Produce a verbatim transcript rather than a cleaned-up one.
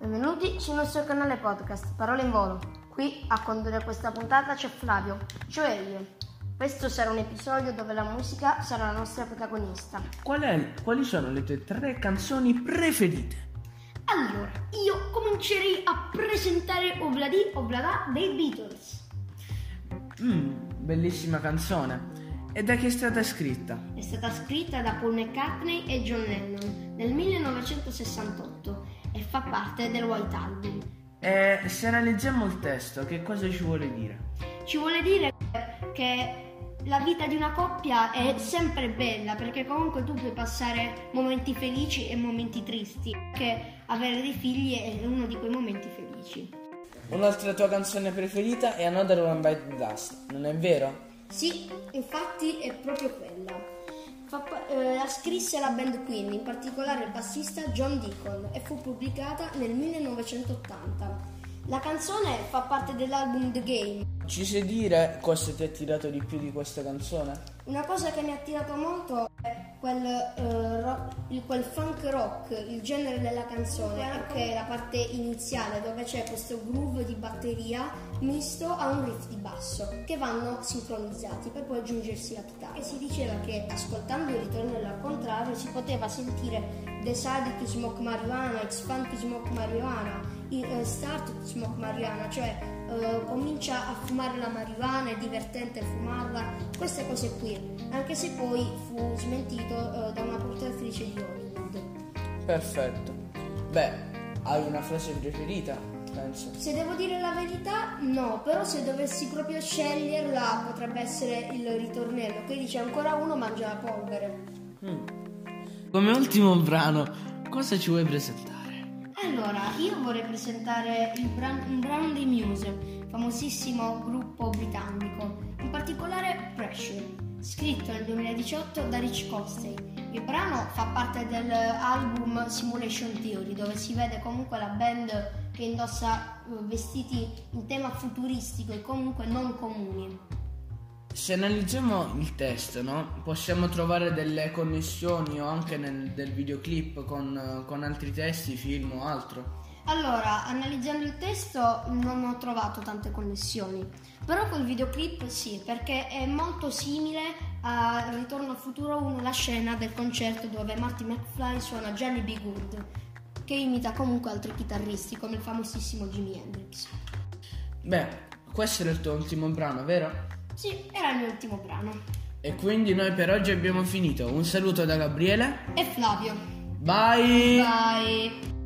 Benvenuti sul nostro canale podcast Parole in Volo. Qui a condurre questa puntata c'è Flavio, cioè io. Questo sarà un episodio dove la musica sarà la nostra protagonista. Qual è, quali sono le tue tre canzoni preferite? Allora, io comincerei a presentare Obladi Oblada dei Beatles. Mm, bellissima canzone. E da chi è stata scritta? È stata scritta da Paul McCartney e John Lennon nel millenovecentosessantotto e fa parte del White Album. E se analizziamo il testo, che cosa ci vuole dire? Ci vuole dire che la vita di una coppia è sempre bella, perché comunque tu puoi passare momenti felici e momenti tristi, che avere dei figli è uno di quei momenti felici. Un'altra tua canzone preferita è Another One Bite the Dust, non è vero? Sì, infatti è proprio quella. Fa, eh, la scrisse la band Queen, in particolare il bassista John Deacon, e fu pubblicata nel millenovecentottanta. La canzone fa parte dell'album The Game. Ci sai dire cosa ti ha attirato di più di questa canzone? Una cosa che mi ha attirato molto è quel, eh, rock, il, quel funk rock, il genere della canzone, che è la parte iniziale dove c'è questo groove di batteria misto a un riff di basso che vanno sincronizzati per poi aggiungersi la chitarra. E si diceva che ascoltando il ritornello al contrario si poteva sentire Decided to Smoke Marijuana, It's Fun to Smoke Marijuana, uh, Start to Smoke Marijuana, cioè uh, comincia a fumare la marijuana, è divertente fumarla, queste cose qui, anche se poi fu smentito uh, da una portatrice di Hollywood. Perfetto. Beh, hai una frase preferita, penso. Se devo dire la verità, no, però se dovessi proprio sceglierla potrebbe essere il ritornello, che dice ancora uno mangia la polvere. Mm. Come ultimo brano, cosa ci vuoi presentare? Allora, io vorrei presentare il bran- un brano dei Muse, famosissimo gruppo britannico, in particolare Pressure, scritto nel duemiladiciotto da Rich Costey. Il brano fa parte dell'album Simulation Theory, dove si vede comunque la band che indossa uh, vestiti in tema futuristico e comunque non comuni. Se analizziamo il testo, no? Possiamo trovare delle connessioni o anche nel del videoclip con, con altri testi, film o altro? Allora, analizzando il testo non ho trovato tante connessioni, però col videoclip sì, perché è molto simile a Ritorno al futuro uno, la scena del concerto dove Marty McFly suona Johnny B. Good, che imita comunque altri chitarristi come il famosissimo Jimi Hendrix. Beh, questo era il tuo ultimo brano, vero? Sì, era il mio ultimo brano. E quindi noi per oggi abbiamo finito. Un saluto da Gabriele E Flavio. Bye. Bye.